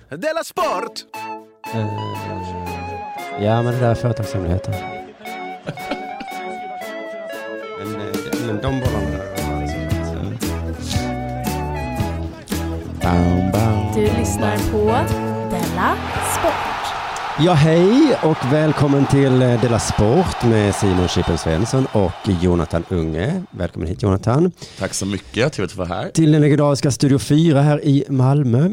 Della Sport! Ja, men det där är företagshemligheter. men de bollarna... Du lyssnar på Della Sport. Ja, hej och välkommen till Della Sport med Simon Chippen Svensson och Jonathan Unge. Välkommen hit, Jonathan. Tack så mycket, trevligt att vara här. Till den legendariska Studio 4 här i Malmö.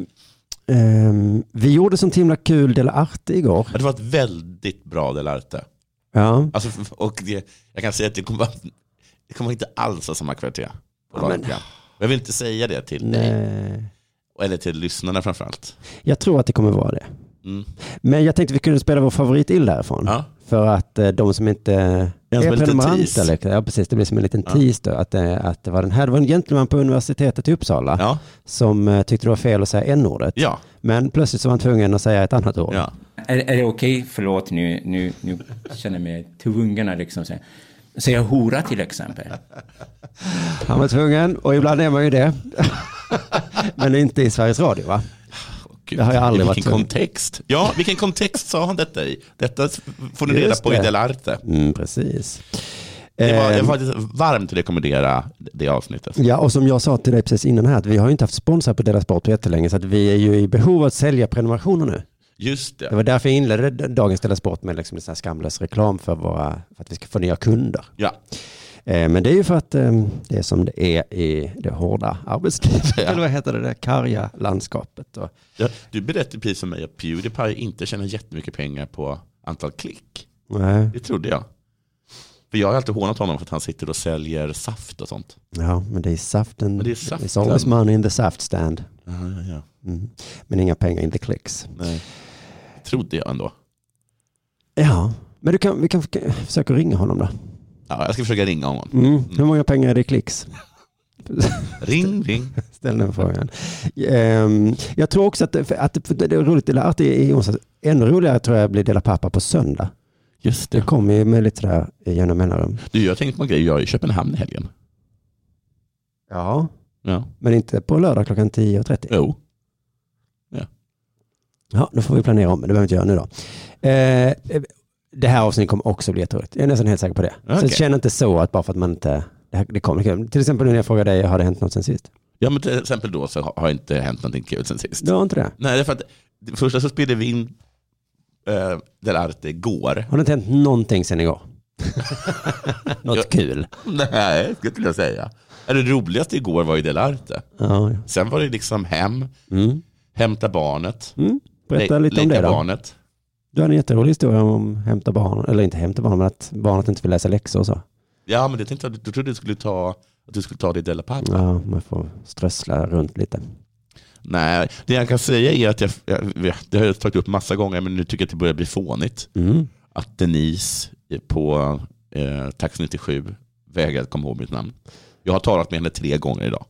Vi gjorde sånt himla kul Della Arte igår. Det var ett väldigt bra Della Arte. Ja. Alltså, och jag kan säga att det kommer inte alls ha samma kvalitet på lagen. Jag vill inte säga det till dig. Eller till lyssnarna framförallt. Jag tror att det kommer vara det. Mm. Men jag tänkte att vi kunde spela vår favoritill därifrån. Ja. För att de som inte är prenumeranter, ja precis, det blir som en liten tease då, att det var den här, det var en gentleman på universitetet i Uppsala som tyckte det var fel att säga n-ordet. Ja. Men plötsligt så var han tvungen att säga ett annat ord. Ja. Är det okej? Förlåt, nu känner jag mig tvungen att liksom säga hora till exempel. Han var tvungen, och ibland är man ju det. Men inte i Sveriges Radio, va? Gud, det har jag aldrig varit kontext. Ja, vilken kontext sa han detta i? Detta får ni reda på i Della Arte. Precis. Jag får varmt rekommendera det avsnittet. Ja, och som jag sa till dig precis innan här, att vi har ju inte haft sponsor på Della Sport jättelänge, så att vi är ju i behov av att sälja prenumerationer nu. Just det. Det var därför jag inledde dagens Della Sport med liksom en skamlös reklam för att vi ska få nya kunder. Ja. Men det är ju för att det är som det är i det hårda arbetslivet. Eller vad heter det karga landskapet. Ja, du berättade precis för mig att PewDiePie inte tjänar jättemycket pengar på antal klick. Nej. Det trodde jag. För jag har alltid hånat honom för att han sitter och säljer saft och sånt. Ja, men det är saften. Men det är saften. It's always money in the saft stand. Ja. Mm. Men inga pengar in the clicks. Nej. Det trodde jag ändå. Ja, men vi kan försöka ringa honom då. Ja, jag ska försöka ringa honom. Hur många pengar är det i klicks? Ring. Ställ den frågan. Jag tror också att det är roligt. Della Arte i onsdag. Ännu roligare tror jag blir Della Pappa på söndag. Just det. Det kommer ju med lite sådär genom mellanrum. Du, jag tänkte på en grej. Jag är i Köpenhamn i helgen. Ja. Men inte på lördag klockan 10:30. Jo. Ja, då får vi planera om. Det behöver vi inte göra nu då. Det här avsnittet kommer också bli jätteroligt. Jag är nästan helt säker på det. Okay. Så jag känner inte så att bara för att man inte... Det kommer kul. Till exempel när jag frågar dig, har det hänt något sen sist? Ja, men till exempel då så har inte hänt någonting kul sen sist. Det har inte det? Nej, det är för att första så spelade vi in Della Arte igår. Har det inte hänt någonting sen igår? Något kul? Nej, skulle jag säga. Det roligaste igår var ju Della Arte. Ja. Sen var det liksom hämta barnet. Berätta lite om det då. Barnet. Du har en jätterolig historia om hämta barn, eller inte hämta barn, men att barnet inte vill läsa läxor och så. Ja, men det tänkte jag, du trodde du skulle ta det i Della Pappa. Ja, man får strössla runt lite. Nej, det jag kan säga är att det har jag tagit upp massa gånger, men nu tycker jag att det börjar bli fånigt. Att Denise på Taxi 97 vägrar att komma ihåg mitt namn. Jag har talat med henne 3 gånger idag.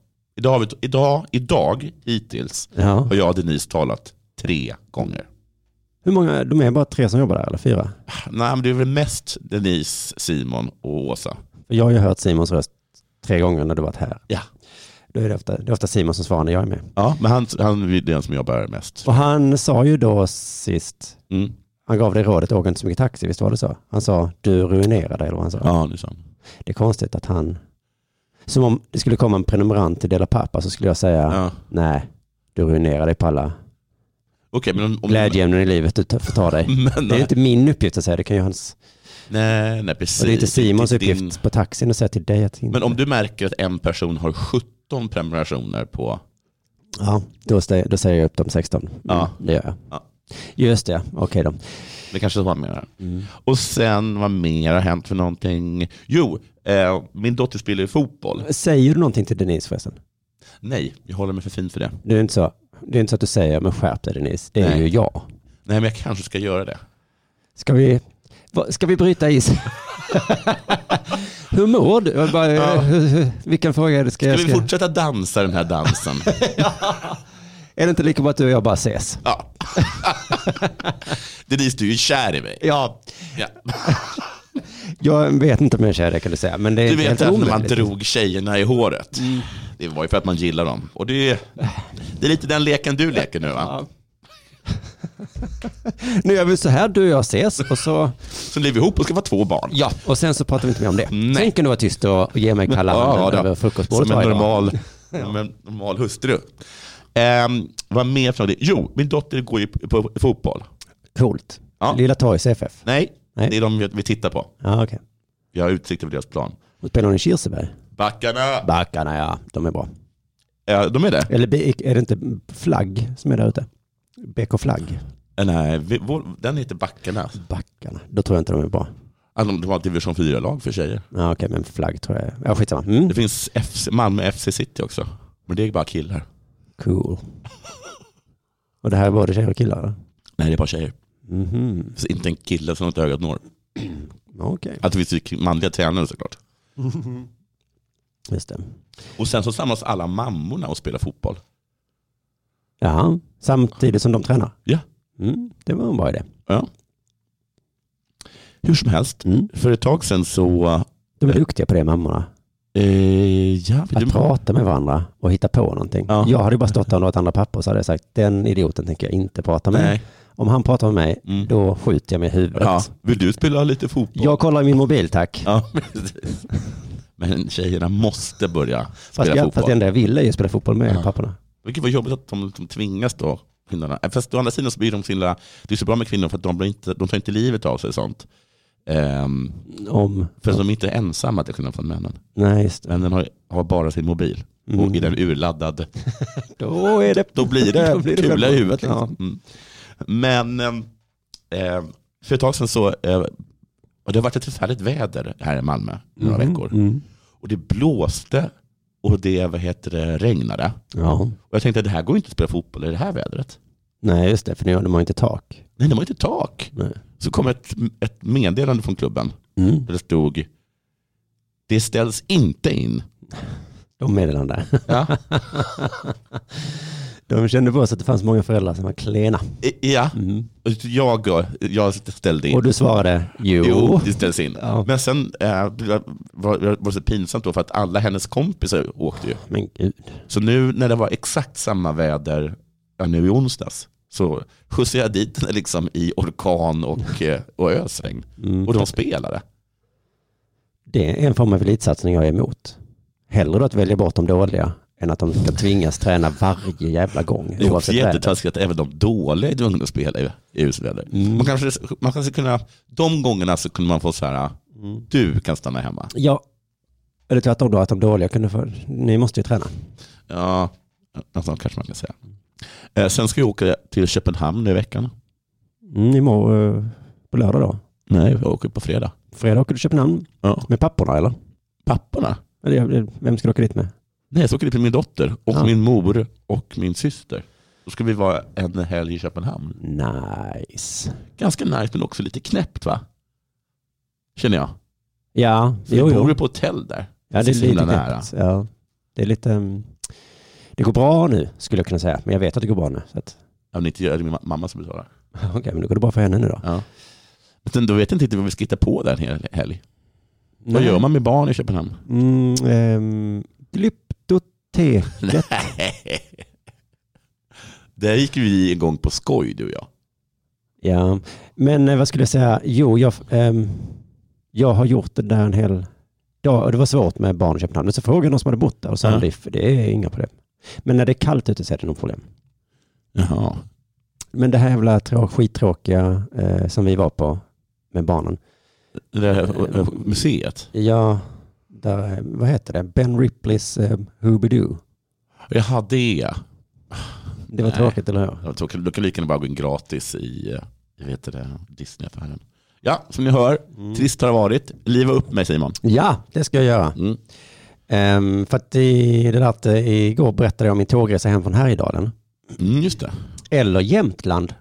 Idag hittills har jag och Denise talat 3 gånger. Hur många? De är bara 3 som jobbar där, eller 4? Nej, men det är väl mest Denise, Simon och Åsa. Jag har ju hört Simons röst 3 gånger när du varit här. Ja. Då är det ofta Simon som svarar när jag är med. Ja, men han är den som jobbar mest. Och han sa ju då sist, han gav dig rådet, åka inte så mycket taxi, visst var det så? Han sa, du ruinerar dig, eller vad han sa. Ja, det sa han. Det är konstigt att han, som om det skulle komma en prenumerant till Della Pappa, så skulle jag säga, nej, du ruinerar dig på alla glädjeämnen i livet du får ta dig. Det är inte min uppgift att säga, det kan ju hans... Nej, precis. Och det är inte Simons uppgift på taxin att säga till dig att inte... Men om du märker att en person har 17 prenumerationer på... Ja, då säger jag upp de 16. Ja. Det gör jag. Ja. Just det, okej då. Det kanske var mer. Och sen, vad mer har hänt för någonting? Jo, min dotter spelar ju fotboll. Säger du någonting till Denise förresten? Nej, jag håller mig för fin för det. Det är inte så att du säger, men skärp dig Denise. Det är ju jag. Nej, men jag kanske ska göra det. Ska vi bryta is? Hur mår du? Vilken fråga är det? Ska vi fortsätta dansa den här dansen? Är det inte lika bra att du och jag bara ses? Ja. Denise, du är ju kär i mig. Ja. Jag vet inte om jag är kär, kan du säga. Men det är du vet att när man drog tjejerna i håret. Det var ju för att man gillar dem. Och det är lite den leken du leker nu, va? Nu gör vi så här, du och jag ses och så lever vi ihop och ska vara 2 barn. Ja, och sen så pratar vi inte mer om det. Nej. Sen kan du vara tyst och ge mig kalla handen över frukostbordet. Som en normal hustru. Vad mer från det? Jo, min dotter går ju på fotboll. Coolt. Ja. Lilla Torgs FF? Nej, det är de vi tittar på. Ja, okej. Vi har utsikt över deras plan. Och spelar de i Kirseberg? Backarna, ja. De är bra. Ja, de är det. Eller är det inte Flagg som är där ute? BK Flagg? Nej, den heter Backarna. Då tror jag inte de är bra. Alltså, de har ett division 4-lag för tjejer. Ja, okej, men Flagg tror jag. Ja, skitsamma. Det finns Malmö FC City också. Men det är bara killar. Cool. Och det här är både tjejer och killar? Eller? Nej, det är bara tjejer. Mm-hmm. Så inte en kille som inte ögat når. Okej. Att det finns manliga tränare såklart. Mm-hmm. Just det. Och sen så samlas alla mammorna och spelar fotboll. Ja, samtidigt som de tränar? Ja. Det var en bra idé. Ja. Hur som helst, för ett tag sedan så... De är duktiga på det, mammorna. Att prata med varandra och hitta på någonting. Ja. Jag hade bara stått där och något andra papper och så hade jag sagt, den idioten tänker jag inte prata med. Nej. Om han pratar med mig, då skjuter jag mig i huvudet. Ja. Vill du spela lite fotboll? Jag kollar i min mobil, tack. Ja, men tjejerna måste börja spela fotboll. Fast det enda jag vill är ju spela fotboll med papporna. Vilket var jobbigt att de tvingas då, kvinnorna. Fast å andra sidan så blir de det är så bra med kvinnor för att de tar inte livet av sig och sånt. För de är inte ensamma till skillnad från männen. Nej, just det. Männen har bara sin mobil. Och är den urladdad då blir det kula i huvudet liksom. Ja. Men för ett tag sedan så och det har varit ett förfärligt väder här i Malmö några veckor. Och det blåste och det regnade. Ja. Och jag tänkte att det här går inte att spela fotboll i det här vädret. Nej, just det, för de har inte tak. Nej, de har inte tak. Nej. Så kom ett meddelande från klubben. Där det stod: det ställs inte in. De meddelande. Ja. De kände på sig att det fanns många föräldrar som var klena. Ja, jag ställde in. Och du svarade, jo det ställs in. Ja. Men sen var det så pinsamt då för att alla hennes kompisar åkte ju. Men gud. Så nu när det var exakt samma väder nu i onsdags så skjutsade jag dit henne liksom i orkan och ösregn. Och de spelade. Det är en form av elitsatsning jag är emot. Hellre då att välja bort de dåliga än att de ska tvingas träna varje jävla gång. Det är också jättetaskigt att även de dåliga är tvungna att spela i ljusväder. Man kanske kunna, de gångerna så kunde man få så här, du kan stanna hemma. Ja, eller tvärtom då att de dåliga kunde få, ni måste ju träna. Ja, alltså, kanske man kan säga. Sen ska jag åka till Köpenhamn i veckan. Imorgon på lördag då? Nej, jag åker på fredag. Fredag åker du till Köpenhamn? Ja. Med papporna eller? Papporna? Vem ska du åka dit med? Nej, så åker dit med min dotter och min mor och min syster. Då ska vi vara en helg i Köpenhamn. Nice. Ganska nice men också lite knäppt va? Känner jag. Ja. Vi bor ju på hotell där. Ja, det är lite nära. Ja. Det är lite... Det går bra nu skulle jag kunna säga. Men jag vet att det går bra nu. Så att... Ja, men inte är det min mamma som betalar. Okej, men då går det bra för henne nu då. Ja. Men då vet jag inte vad vi ska hitta på där en helg. Nej. Vad gör man med barn i Köpenhamn? Glyptoteket. Där gick vi igång på skoj, du och jag. Ja, men vad skulle jag säga? Jo, jag har gjort det där en hel dag. Och det var svårt med barn i Köpenhamn. Men så frågade någon som hade bott där och sa det är inga problem. Men när det är kallt ute så är det nog problem. Jaha. Men det här jävla skittråkiga som vi var på med barnen. Det här museet? Ja, där, vad heter det? Ben Ripleys Hoobidoo. Jaha, det. Det var tråkigt, eller hur? Du kan lika gärna bara gå in gratis i Disney-affären. Ja, som ni hör, trist har det varit. Liva upp mig, Simon. Ja, det ska jag göra. För att igår berättade jag om min tågresa hem från Härjedalen. Just det. Eller Jämtland.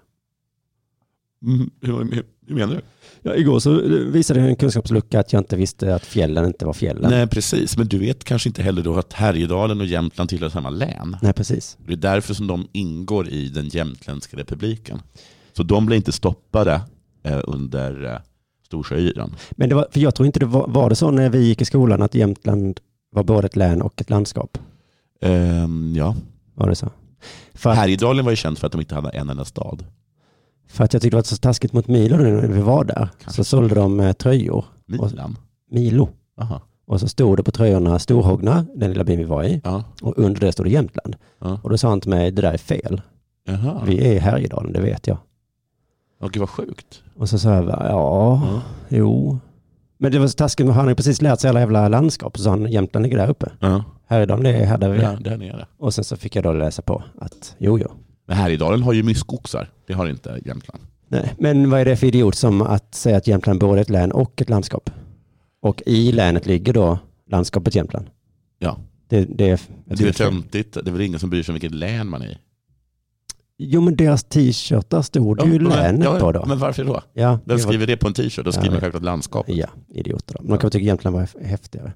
Hur menar du? Ja, igår så visade jag en kunskapslucka att jag inte visste att fjällen inte var fjällen. Nej, precis. Men du vet kanske inte heller då att Härjedalen och Jämtland tillhör samma län. Nej, precis. Det är därför som de ingår i den jämtländska republiken. Så de blir inte stoppade under Storsjöyran. Men det var, för jag tror inte det var det så när vi gick i skolan att Jämtland var både ett län och ett landskap? Ja. Var det så? Härjedalen var ju känt för att de inte hade en enda stad. För att jag tyckte det var så taskigt mot Milo när vi var där. Så sålde de tröjor. Milo. Aha. Och så stod det på tröjorna Storhogna, den lilla byn vi var i. Ja. Och under det stod det Jämtland. Ja. Och då sa han till mig, det där är fel. Jaha. Vi är i Härjedalen, det vet jag. Gud vad sjukt. Och så sa jag, jo. Men det var så taskigt, han hade precis lärt sig alla jävla landskap. Så han, Jämtland ligger där uppe. Ja. Härjedalen, det är här där vi är. Ja, där nere. Och sen så fick jag då läsa på att, jo. Men Härjedalen har ju myskoxar. Det har inte Jämtland. Nej, men vad är det för idiot som att säga att Jämtland både är ett län och ett landskap? Och i länet ligger då landskapet Jämtland. Ja. Det är väl töntigt. Det är väl ingen som bryr sig om vilket län man är i. Jo, men deras t-shirtar stod ju länet på då. Men varför då? Ja, de skriver det på en t-shirt. Då skriver man självklart landskapet. Ja, idioter. Men de kan tycka Jämtland var häftigare.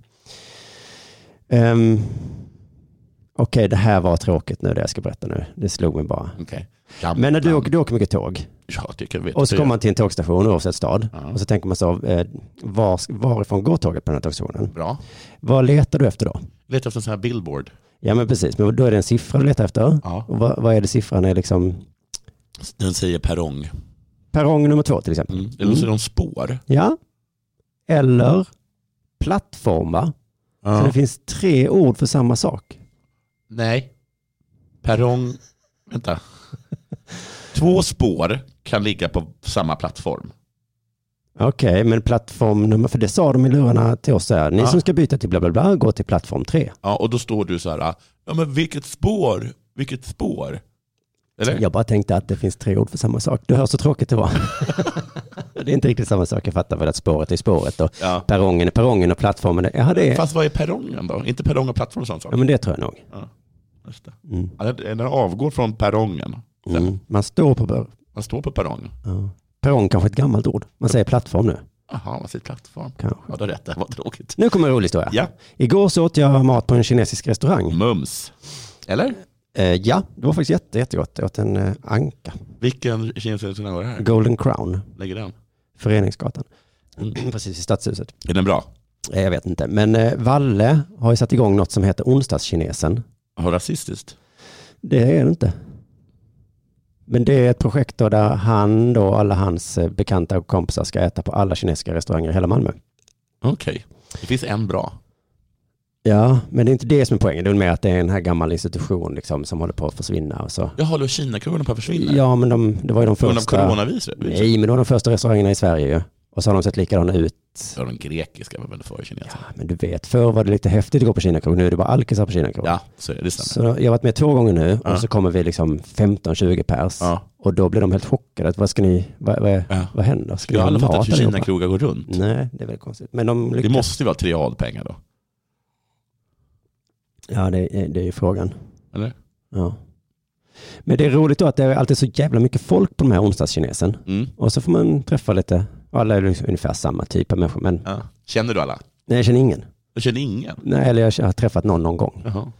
Okej, det här var tråkigt nu det jag ska berätta nu. Det slog mig bara. Okay. Men när du åker mycket tåg. Ja, det kan jag veta. Och så kommer man till en tågstation oavsett stad. Ja. Och så tänker man så, varifrån går tåget på den här tågstationen? Bra. Vad letar du efter då? Letar efter en sån här billboard. Ja, men precis. Men då är det en siffra du letar efter. Ja. Och vad är det siffran är liksom? Den säger perrong. Perrong nummer 2 till exempel. Eller så är de spår. Ja. Eller plattform, va? Ja. Så det finns 3 ord för samma sak. Nej. Perrong. Vänta. 2 spår kan ligga på samma plattform. Okej, men plattform nummer, för det sa de i lurarna till oss här. Ni som ska byta till bla bla bla, gå till plattform 3. Ja, och då står du så här, ja men vilket spår? Eller? Jag bara tänkte att det finns 3 ord för samma sak. Du hör så tråkigt det var. Det är inte riktigt samma sak. Jag fattar väl att spåret är spåret och perrongen är perrongen och plattformen är... Ja, det är... Fast vad är perrongen då? Inte perrong och plattform och sånt? Ja, men det tror jag nog. Ja, just det. Ja, den avgår från perrongen. Man står på perrongen. Ja. Perrong kanske är ett gammalt ord. Man säger plattform nu. Jaha, man säger plattform. Kanske. Ja, det är rätt. Det var tråkigt. Nu kommer en rolig historia. Ja. Igår så åt jag mat på en kinesisk restaurang. Mums. Eller? Ja, det var faktiskt jättegott. Jag åt en anka. Vilken kinesisk restaurang var det här? Golden Crown. Lägger den? Föreningsgatan. Precis i Stadshuset. Är den bra? Jag vet inte. Men Valle har ju satt igång något som heter onsdagskinesen. Har rasistiskt? Det är det inte. Men det är ett projekt då där han då alla hans bekanta och kompisar ska äta på alla kinesiska restauranger i hela Malmö. Okej. Det finns en bra. Ja, men det är inte det som är poängen. Det är mer att det är en här gammal institution liksom, som håller på att försvinna. Och så. Jag håller Kina-krogarna på att försvinna? Ja, men det var ju de första... coronaviruset? Nej, men det var de första restaurangerna i Sverige ju. Och så har de sett likadana ut. Ja, de grekiska var väl för kineserna. Ja, men du vet, förr var det lite häftigt att gå på Kina-krog. Nu är det bara alkisar på Kina-krog. Ja, så är det stämmer. Så jag har varit med 2 gånger nu och så kommer vi liksom 15-20 pers. Ja. Och då blir de helt chockade. Vad ska ni, vad händer? Ska jag har aldrig fattat hur Kina-krogar går runt. Nej, det är väl konstigt. Men det måste ju vara triadpengar då. Ja, det är ju frågan. Eller? Ja. Men det är roligt då att det är alltid så jävla mycket folk på de här onsdagskinesen. Och så får man träffa lite, alla är ungefär samma typ av människor. Men... Ja. Känner du alla? Nej, jag känner ingen. Du känner ingen? Nej, eller jag har träffat någon gång.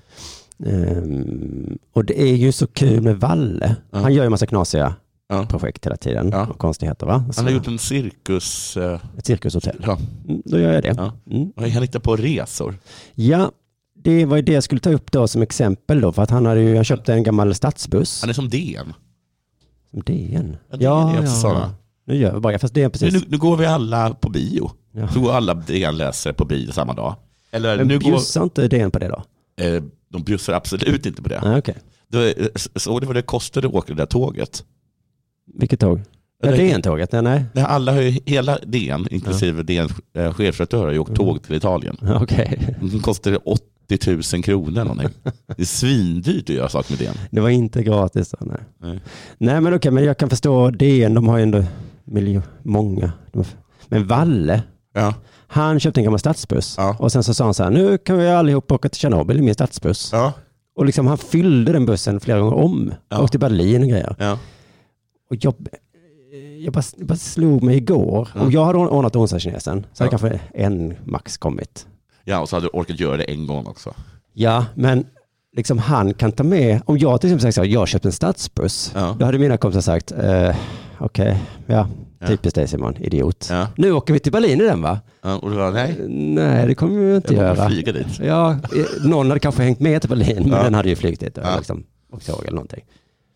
Och det är ju så kul med Valle. Han gör ju en massa knasiga projekt hela tiden. Och konstigheter, va? Så... Han har gjort en cirkus... Ett cirkushotell. Ja. Då gör jag det. Ja. Han hittar på resor. Ja, det var ju det jag skulle ta upp då som exempel då. För att han köpte en gammal stadsbuss. Han är som DN. Som DN? Ja. Nu gör vi bara, fast det är precis. Nu går vi alla på bio. Ja. Så går alla DN-läsare på bio samma dag. Eller, men bjussar inte DN på det då? De bjussar absolut inte på det. Ah, okay. Så det var det kostade att åka det där tåget. Vilket tåg? DN-tåget? Nej. Alla har ju, hela DN, inklusive DN chefredaktör, har ju åkt tåg till Italien. Okej. Det kostade 80 000 kronor någonting. Det är svindyrt att göra saker med DN. Det var inte gratis. Nej, men okej, men jag kan förstå DN, de har ju ändå många. Men Valle, han köpte en gammal stadsbuss. Och sen så sa han så här, nu kan vi allihop åka till Tjernobyl i min stadsbuss. Och liksom han fyllde den bussen flera gånger om. Och till Berlin och grejer. Och jag bara slog mig igår. Om jag hade ordnat onsdagskinesen så hade kanske en max kommit. Ja, och så hade du orkat göra det en gång också. Ja, men liksom han kan ta med, om jag till exempel sagt så här, jag köpt en stadsbuss, då hade mina kompisar sagt, okej, typiskt dig Simon, idiot. Nu åker vi till Berlin i den, va? Och du var nej, det kommer vi inte göra. Jag flyga dit. Ja, någon hade kanske hängt med till Berlin, men den hade ju flygt dit. Liksom, och tåg eller någonting.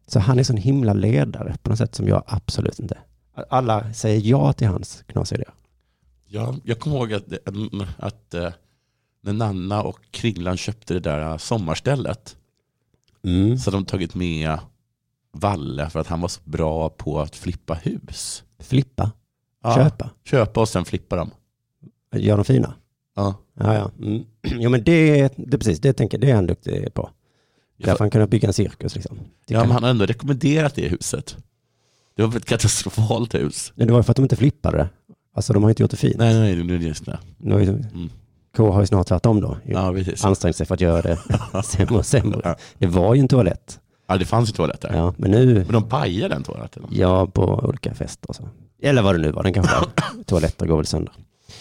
Så han är sån himla ledare på något sätt som jag absolut inte. Alla säger ja till hans knasidéer. Ja, jag kommer ihåg att när Nanna och Kringlan köpte det där sommarstället så hade de tagit med Valle för att han var så bra på att flippa hus. Flippa? Ja, köpa och sen flippa dem. Gör de fina? Ja. Ja. Jo, men det precis, det är han duktig på. Därför han kunde bygga en cirkus liksom. Ja, men han har ändå rekommenderat det huset. Det var ett katastrofalt hus. Men det var för att de inte flippade det. Alltså de har inte gjort det fint. Nej, det är just det. K har ju snart tvärtom då. Ja, ansträngt sig för att göra det sämre och sämre. Ja. Det var ju en toalett. Ja, det fanns ju toaletter. Ja, men de pajade den toaletten. Ja, på olika fester och så. Eller vad det nu var, den kanske var. Toaletter går väl sönder.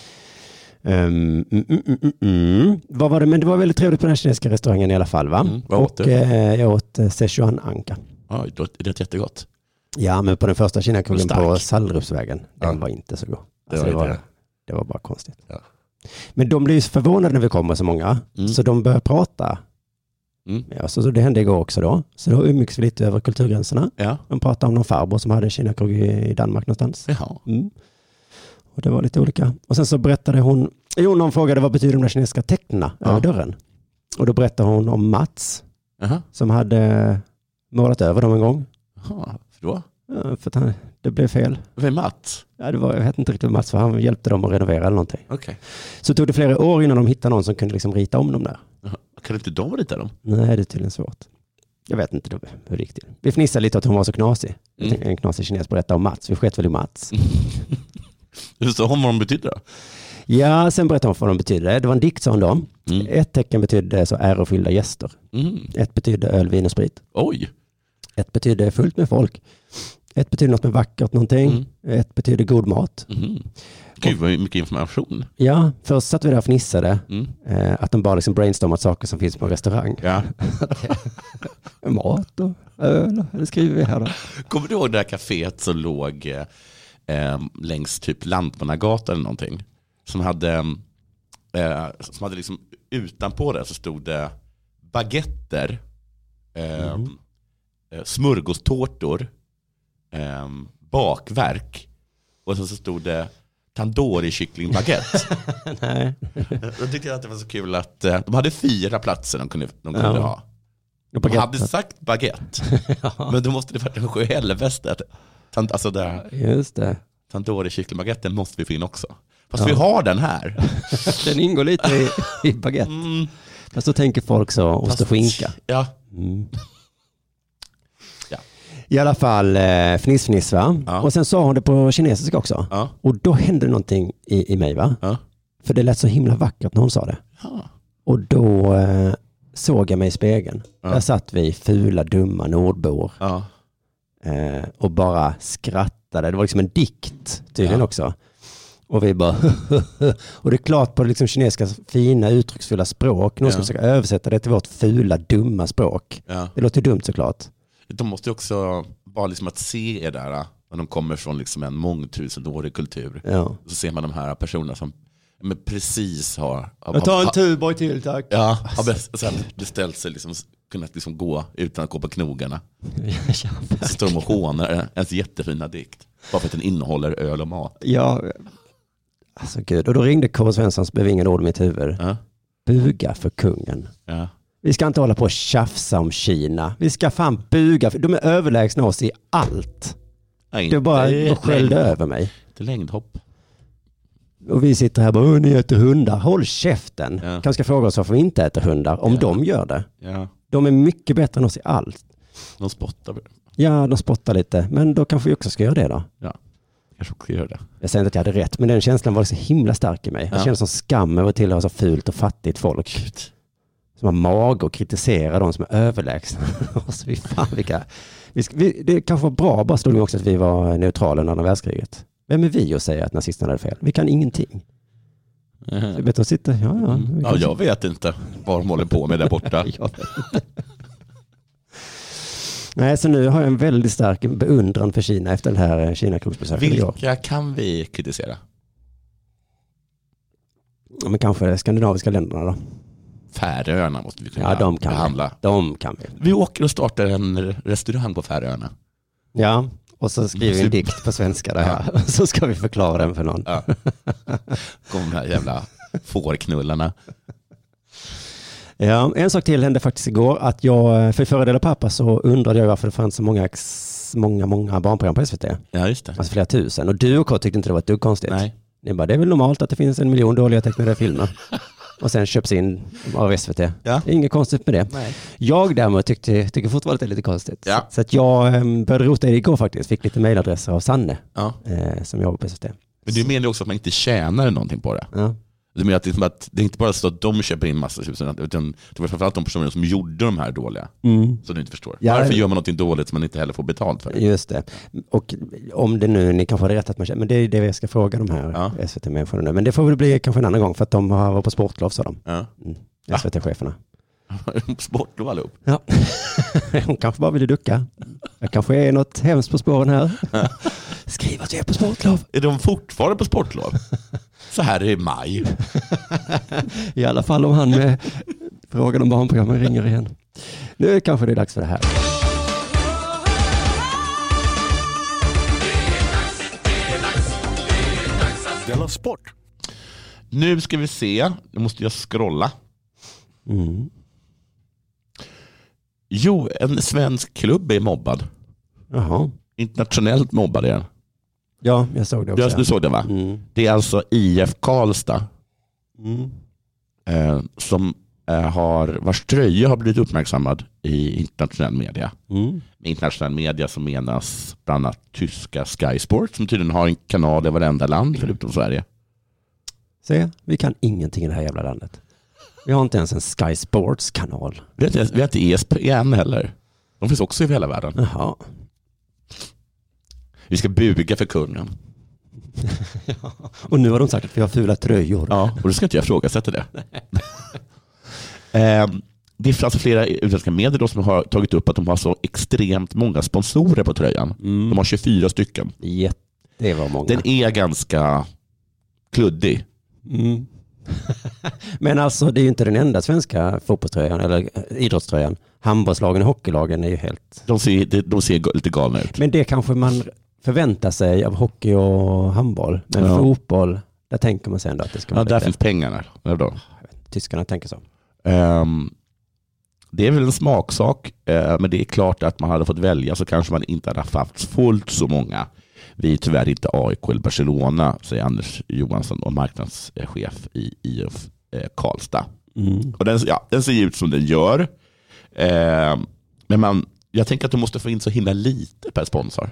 Vad var det? Men det var väldigt trevligt på den kinesiska restaurangen i alla fall, va? Och jag åt Sichuan Anka. Ja, det är jättegott. Ja, men på den första kinakrogen på Sallerupsvägen, den var inte så god. Alltså, det var bara konstigt. Ja. Men de blir ju förvånade när vi kommer så många, så de börjar prata. Ja, så det hände igår också då. Så då umgicks vi lite över kulturgränserna. Ja. De pratade om någon farbror som hade kinakrog i Danmark någonstans. Ja. Och det var lite olika. Och sen så berättade hon, någon frågade vad betyder de där kinesiska tecknen över dörren. Och då berättade hon om Mats som hade målat över dem en gång. Jaha, för då? Ja, för att det blev fel. Vem Mats? Ja, jag vet inte riktigt vad Mats, för han hjälpte dem att renovera eller någonting. Okay. Så tog det flera år innan de hittade någon som kunde liksom rita om dem där. Kan inte de rita dem? Nej, det är tydligen svårt. Jag vet inte hur det gick till. Vi fnissade lite att hon var så knasig. En knasig kines berättade om Mats. Vi sket väl i Mats. Hur sa hon vad de betydde då? Ja, sen berättade hon vad de betydde. Det var en dikt, sa hon då. Ett tecken betydde så ärofyllda gäster. Ett betydde öl, vin och sprit. Oj! Ett betydde fullt med folk. Ett betyder något med vackert någonting. Ett betyder god mat. Gud, vad mycket information. Ja, först satt vi där och fnissade. Att de bara liksom brainstormat saker som finns på en restaurang. Ja. Mat och öl. Det skriver vi här då. Kommer du ihåg det där kaféet som låg längs typ Lantmannagatan eller någonting? Som hade liksom utanpå det så stod det baguetter, smörgåstårtor, bakverk, och så stod det tandoori kyckling baguette. Nej. Då tyckte jag att det var så kul att de hade 4 platser de kunde ha. De hade sagt baguette. Men då måste det vara en sjöhelvete. Alltså just det. Tandoori kyckling baguette måste vi få in också. Fast vi har den här. Den ingår lite i baguette. Fast då tänker folk så ost och skinka. Ja. I alla fall fniss va? Ja. Och sen sa hon det på kinesiska också. Ja. Och då hände någonting i mig va? Ja. För det lät så himla vackert när hon sa det. Ja. Och då såg jag mig i spegeln. Ja. Där satt vi fula, dumma nordbor. Ja. Och bara skrattade. Det var liksom en dikt tydligen också. Och vi bara och det är klart på liksom kinesiska fina uttrycksfulla språk. Någon ska försöka översätta det till vårt fula, dumma språk. Ja. Det låter dumt såklart. De måste ju också bara liksom att se er där när de kommer från liksom en mångtusenårig kultur. Ja. Så ser man de här personerna som precis har jag tar en Tuborg till, tack. Ja, har beställt sig liksom, kunnat liksom gå utan att gå på knogarna. Så står de och hånar ens jättefina dikt. Bara för att den innehåller öl och mat. Ja, alltså gud. Och då ringde K. Svenssons bevingade ord i mitt huvud. Ja. Buga för kungen. Ja. Vi ska inte hålla på och tjafsa om Kina. Vi ska fan buga. De är överlägsna oss i allt. Nej, det bara skällde över mig. Det är längdhopp. Och vi sitter här och bara, ni äter hundar. Håll käften. Ja. Kanske fråga oss varför vi inte äter hundar. Om de gör det. Ja. De är mycket bättre än oss i allt. De spottar. Ja, de spottar lite. Men då kanske vi också ska göra det då. Ja, kanske också göra det. Jag säger inte att jag hade rätt. Men den känslan var så himla stark i mig. Jag känner som skam över att tillhöra så fult och fattigt folk. Gud. Som har mag och kritiserar de som är överlägsna. Så det kanske var bra, bara stod det också att vi var neutrala under andra världskriget. Vem är vi att säga att nazisterna hade fel? Vi kan ingenting. Vi vet att sitta, jag vet inte vad de håller på med där borta. Nej, så nu har jag en väldigt stark beundran för Kina efter den här Kina-krogsbesöket. Vilka kan vi kritisera? Ja, men kanske de skandinaviska länderna då. Färöarna måste vi kunna behandla. De kan vi. Vi åker och startar en restaurang på Färöarna. Ja, och så skriver vi en dikt på svenska där. Ja. Så ska vi förklara den för någon. Ja. Kom de här jävla fårknullarna. Ja, en sak till hände faktiskt igår. Att jag, för förra delen pappa så undrade jag varför det fanns så många barnprogram på SVT. Ja, just det. Alltså flera tusen. Och du och K tyckte inte det var ett dugg konstigt. Nej. Det är väl normalt att det finns 1 miljon dåliga tecknade filmer. Och sen köps in av SVT. Ja. Inget konstigt med det. Nej. Jag däremot tycker fortfarande att det är lite konstigt. Ja. Så att jag började rota i det igår faktiskt. Fick lite mejladresser av Sanne. Ja. Som jobbar på SVT. Men du menar också att man inte tjänar någonting på det? Ja. Du menar att det är inte bara så att de köper in massa utan det var framförallt de personer som gjorde de här dåliga som du inte förstår. Ja, varför gör man något dåligt som man inte heller får betalt för? Just det. Och om det nu, ni kanske har rätt att man köper, men det är det jag ska fråga de här SVT-människorna nu. Men det får väl bli kanske en annan gång för att de har varit på sportlov, sa de. Ja. SVT-cheferna. Sportlov allihop? Ja. Hon kanske bara ville ducka. Jag kanske är något hemskt på spåren här. Skriv att jag är på sportlov. Är de fortfarande på sportlov? Så här är maj. I alla fall om han med frågan om barnprogrammen ringer igen. Nu kanske det är dags för det här. Della Sport. Nu ska vi se. Nu måste jag scrolla. Jo, en svensk klubb är mobbad. Jaha. Internationellt mobbad är den. Ja, jag såg det också. Du såg det, va? Det är alltså IF Karlstad som vars tröja har blivit uppmärksammad i internationell media. Med internationell media som menas bland annat tyska Sky Sport som tydligen har en kanal i varenda land förutom Sverige. Se, vi kan ingenting i det här jävla landet. Vi har inte ens en Sky Sports-kanal. Vi har inte ESPN heller. De finns också i hela världen. Jaha. Vi ska buga för kungen. Ja. Och nu har de sagt att vi har fula tröjor. Ja, och då ska inte jag ifrågasätta det. Det finns alltså flera utländska medier då som har tagit upp att de har så extremt många sponsorer på tröjan. De har 24 stycken. Det var många. Den är ganska kluddig. Men alltså det är ju inte den enda svenska fotbollströjan eller idrottströjan. Handbollslagen och hockeylagen är ju helt... De ser lite galna ut. Men det kanske man förväntar sig av hockey och handboll. Men fotboll, där tänker man sig ändå att det ska vara där finns pengarna. Tyskarna tänker så. Det är väl en smaksak, men det är klart att man hade fått välja så kanske man inte hade haft fullt så många. Vi är tyvärr inte AIK eller Barcelona, säger Anders Johansson och marknadschef i IF Karlstad. Och den ser ut som den gör. Men jag tänker att du måste få in så himla lite per sponsor.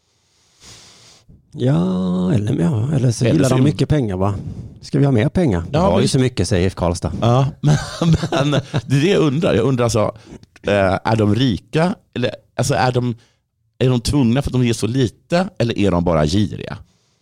Ja, eller så gillar de mycket pengar, va? Ska vi ha mer pengar? Det var ju så mycket, säger IF Karlstad. Ja, men det är det jag undrar. Jag undrar alltså, är de rika? Eller alltså är de tvungna för att de ger så lite? Eller är de bara giriga?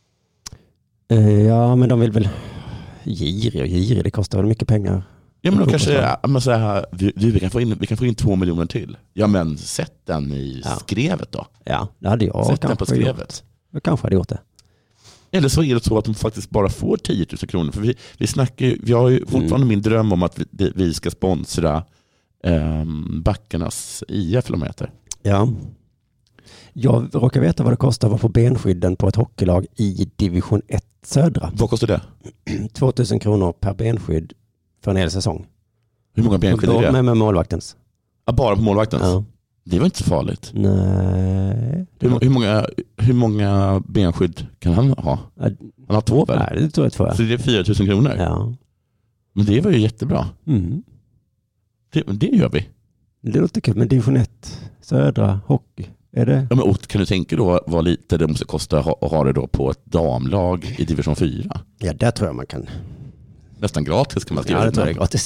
Ja, men de vill väl giriga, det kostar väl mycket pengar. Ja, men då kanske vi kan få in 2 miljoner till. Ja, men sätt den i skrevet då. Ja, det hade jag sätt den på skrevet. Jag kanske hade gjort det. Eller så är det så att de faktiskt bara får 10 000 kronor. För vi har ju fortfarande min dröm om att vi ska sponsra Backarnas IF, eller vad de heter. Ja. Jag råkar veta vad det kostar att vara på benskydden på ett hockeylag i division 1 södra. Vad kostar det? 2 000 kronor per benskydd för en hel säsong. Hur många benskydd är det? Med målvaktens. Ja, bara på målvaktens? Ja. Det var inte så farligt. Nej. Hur många benskydd kan han ha? Han har 2 väl? Nej, det tror jag. Så det är 4 000 kronor? Ja. Men det var ju jättebra. Det gör vi. Det låter kul, men division 1 södra hockey. Är det? Ja, men kan du tänka då vad lite det måste kosta att ha det då på ett damlag i division 4? Ja, där tror jag man kan. Nästan gratis kan man skriva. Ja, det tror jag är gratis.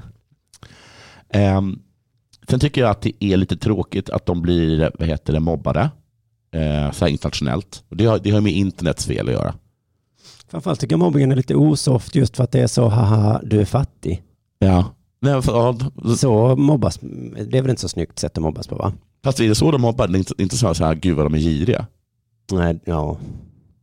Sen tycker jag att det är lite tråkigt att de blir mobbade så här internationellt. Och det har med internets fel att göra. Framförallt tycker jag mobbingen är lite osoft just för att det är så, haha, du är fattig. Ja. Så mobbas, det är väl inte så snyggt sätt att mobbas på, va? Fast är det så de mobbar, det är inte så här, gud vad de är giriga. Nej, ja.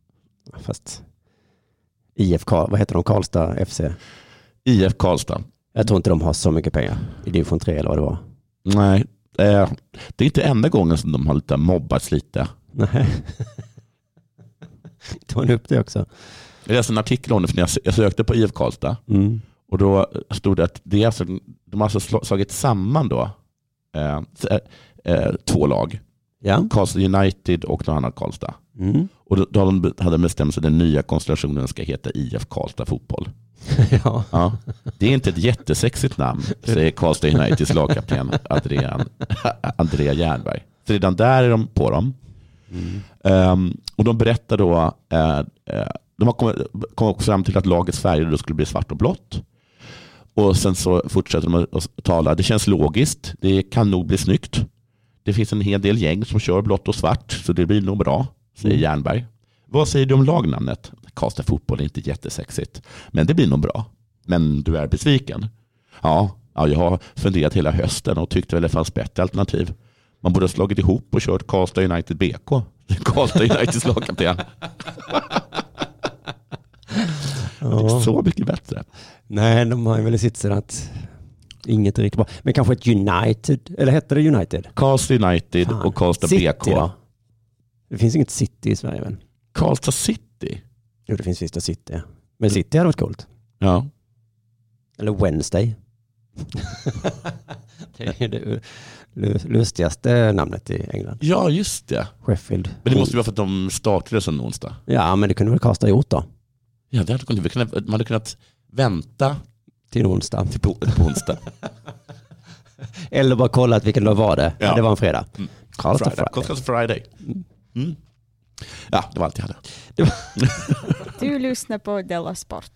Fast IF, vad heter de? Karlstad FC? IF Karlstad. Jag tror inte de har så mycket pengar i division 3 eller vad det var. Nej, det är inte enda gången som de har lite mobbats lite. Nej. Tog ni upp det också? Jag läste en artikel om det, för jag sökte på IF Karlstad. Och då stod det att de har alltså slagit samman då 2 lag. Ja. Karlstad United och något annat Karlstad. Och då hade de bestämt sig att den nya konstellationen ska heta IF Karlstad Fotboll. Ja. Det är inte ett jättesexigt namn, säger Karlstad Uniteds lagkapten Andrea Järnberg. Så redan där är de på dem. Och de berättar då de har kommit fram till att lagets färger då skulle bli svart och blått. Och sen så fortsätter de att tala. Det känns logiskt. Det kan nog bli snyggt. Det finns en hel del gäng som kör blått och svart, så det blir nog bra, säger Järnberg. Vad säger du om lagnamnet? Karlstad Fotboll är inte jättesexigt, men det blir nog bra. Men du är besviken? Ja, jag har funderat hela hösten och tyckte väl det fanns bättre alternativ. Man borde ha slagit ihop och kört Karlstad United BK. Karlstad Uniteds lagkapten. Det är så mycket bättre. Nej, de har ju väl sitt sätt att inget är riktigt bra. Men kanske ett United, eller hette det United? Karlstad United och Karlstad BK. Då? Det finns inget City i Sverige väl? Karlstad City? Jo, det finns visst City. Men City hade varit coolt. Ja. Eller Wednesday. Det är det lustigaste namnet i England. Ja, just det. Sheffield. Men det måste ju vara för att de startade som onsdag. Ja, men det kunde väl Karlstad gjort då. Ja, det man hade kunnat vänta till onsdag. Till på onsdag. Eller bara kolla att vilken dag var det. Ja. Det var en fredag. Karlstad Friday. Ja, det var allt jag hade. Du lyssnar på Della Sport.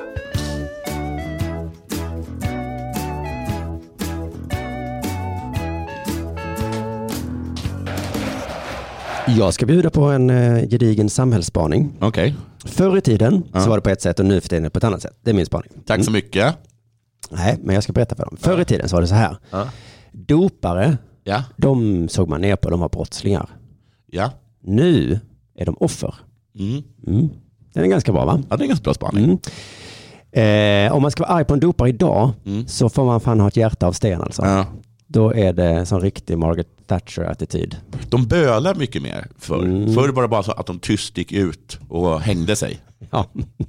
Jag ska bjuda på en gedigen samhällsspaning. Okej. Förr i tiden så var det på ett sätt och nu för tiden på ett annat sätt. Det är min spaning. Tack så mycket. Nej, men jag ska berätta för dem. Förr i tiden så var det så här. Dopare, de såg man ner på, de var brottslingar. Ja. Nu är de offer. Den är ganska bra, va? Ja, det är en ganska bra spaning. Om man ska vara arg på en dopare idag så får man fan ha ett hjärta av sten alltså. Ja. Då är det en sån riktig Margaret Thatcher-attityd. De bölar mycket mer förr. Förr var det bara så att de tyst gick ut och hängde sig. Ja.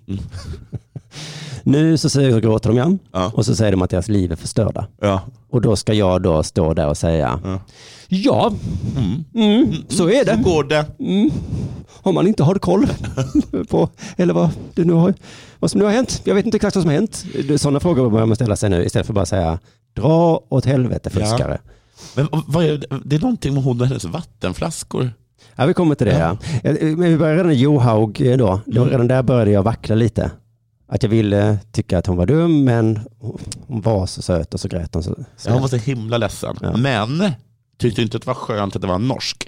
Nu så gråter de igen och så säger de att deras liv är förstörda. Ja. Och då ska jag då stå där och säga så är det. Så går det. Om man inte har koll på eller vad som nu har hänt. Jag vet inte exakt vad som har hänt. Sådana frågor börjar man ställa sig nu istället för bara säga dra åt helvete fuskare. Ja. Men vad är det är någonting med hon och hennes vattenflaskor. Ja, vi kommer till det. Men vi började redan i Johaug då. Redan där började jag vackla lite. Att jag ville tycka att hon var dum, men hon var så söt och så grät hon. Så hon var så himla ledsen. Ja. Men tyckte inte att det var skönt att det var norsk.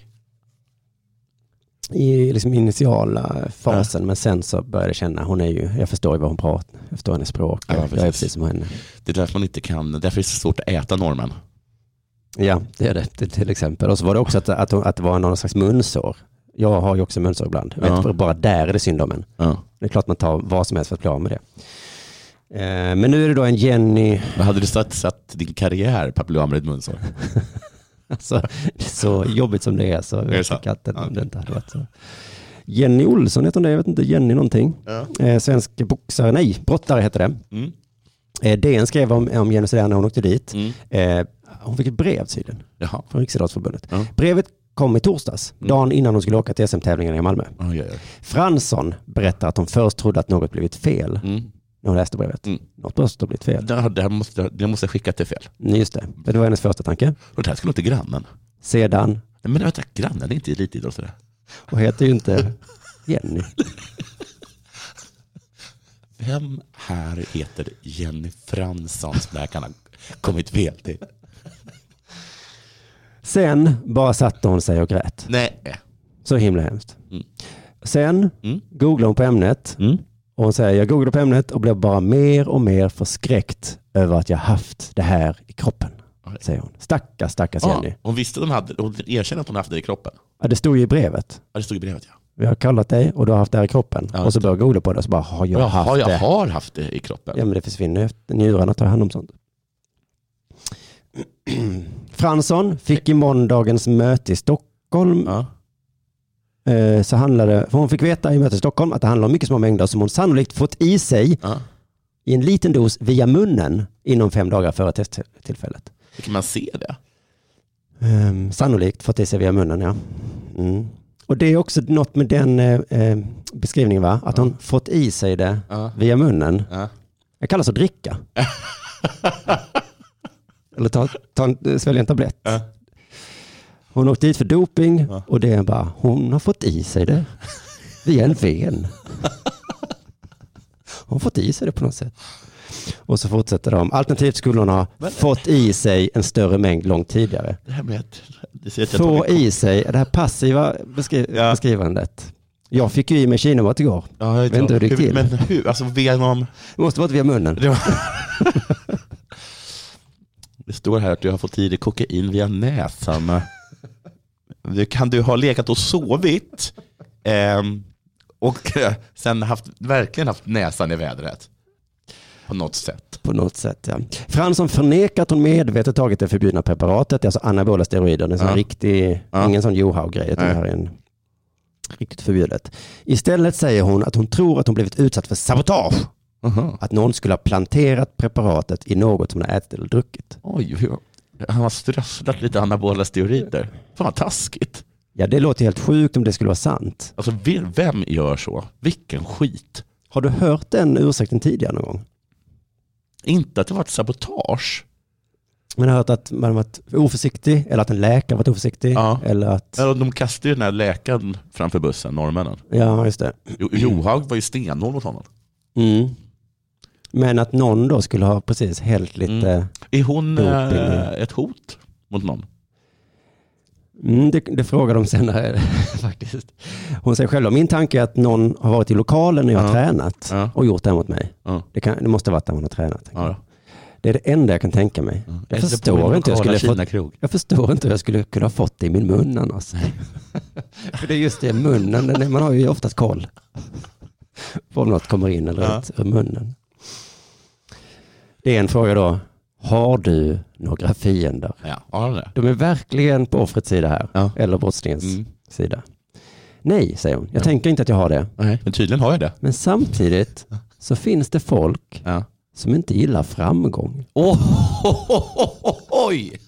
I liksom initiala fasen, men sen så började jag känna, jag förstår ju vad hon pratar. Jag förstår hennes språk. Jag är precis som henne. Det är därför man inte kan, därför är det så svårt att äta normen. Ja, det är det till exempel. Och så var det också att det var någon slags munsår. Jag har ju också munsår ibland. Bara där är det synd om en. Ja. Det är klart man tar vad som helst för att bli av med det. Men nu är det då en Jenny... Men hade du satt din karriär på att bli av med ditt munsår? Alltså, det är så jobbigt som det är så jag tycker att det inte hade varit så. Jenny Olsson heter hon det, jag vet inte, Jenny någonting. Ja. Svensk brottare heter det. DN skrev om Jenny Söder när hon åkte dit. Hon fick ett brev tydligen från Riksidrottsförbundet. Ja. Brevet kom i torsdags, dagen innan hon skulle åka till SM-tävlingarna i Malmö. Fransson berättar att hon först trodde att något blivit fel när hon läste brevet. Något måste ha blivit fel. Det måste skicka till fel. Just det. Det var hennes första tanke. Och det här skulle inte grannen. Sedan... Men vänta, grannen är inte elitidrottare. Och heter ju inte Jenny. Vem här heter Jenny Fransson som det här kan ha kommit fel till? Sen bara satte hon sig och grät. Nej. Så himla hemskt. Sen googlade hon på ämnet. Och hon säger, jag googlade på ämnet och blev bara mer och mer förskräckt över att jag haft det här i kroppen. Säger hon. Stackars Jenny. Hon visste hon erkände att hon haft det i kroppen. Ja, det stod ju i brevet. Ja, det stod i brevet, Vi har kallat dig och du har haft det här i kroppen. Och så börjar jag googla på det och så bara, har jag haft det? Jag har haft det i kroppen. Ja, men det försvinner efter njurarna tar hand om sånt. Fransson fick i måndagens möte i Stockholm. Så handlade, för hon fick veta i mötet i Stockholm att det handlar om mycket små mängder som hon sannolikt fått i sig i en liten dos via munnen inom 5 dagar före testtillfället. Kan man se det? Sannolikt fått i sig via munnen, ja. Och det är också något med den beskrivningen, va? Att hon fått i sig det via munnen. Det kallas att dricka. Eller svälja en tablett. Hon åkte dit för doping och det är bara, hon har fått i sig det via en ven. Hon har fått i sig det på något sätt. Och så fortsätter de. Alternativt skulle hon ha fått i sig en större mängd långt tidigare. Det här med få i sig, det här passiva beskrivandet. Jag fick ju i mig kinamat igår. Ja, jag vet inte hur det gick till. Men hur? Alltså genom... Det måste vara via munnen. Det står här att du har fått i dig kokain via näsan. Kan du ha legat och sovit och sen verkligen haft näsan i vädret? På något sätt, ja. Fransson förnekar att hon medvetet tagit det förbjudna preparatet, alltså anabola steroider, en sån riktig, ingen sån Johaug-grej, utan det här är en riktigt förbjudet. Istället säger hon att hon tror att hon blivit utsatt för sabotage. Att någon skulle ha planterat preparatet i något som hon har ätit eller druckit. Oj, han har strösslat lite anabola steroider. Fan vad taskigt. Ja, det låter helt sjukt om det skulle vara sant. Alltså, vem gör så? Vilken skit. Har du hört den ursäkten tidigare någon gång? Inte att det var ett sabotage. Man har hört att man varit oförsiktig, eller att en läkare varit oförsiktig. Ja. Eller att... De kastade ju den här läkaren framför bussen, norrmännen. Ja, just det. Johaug var ju stenhård mot honom. Men att någon då skulle ha precis helt lite... Är hon ett hot mot någon? Det frågar de senare faktiskt. Hon säger själv, min tanke är att någon har varit i lokalen när jag har tränat och gjort det mot mig. Det måste ha varit där hon har tränat. Det är det enda jag kan tänka mig. Jag förstår inte hur jag skulle kunna ha fått det i min mun annars. För det är just det, munnen, man har ju oftast koll på om något kommer in eller ut ur munnen. Det är en fråga då. Har du några fiender? Ja, de är verkligen på offrets sida här. Eller brottslingens sida. Nej, säger hon. Jag tänker inte att jag har det. Nej, men tydligen har jag det. Men samtidigt så finns det folk som inte gillar framgång. Oj!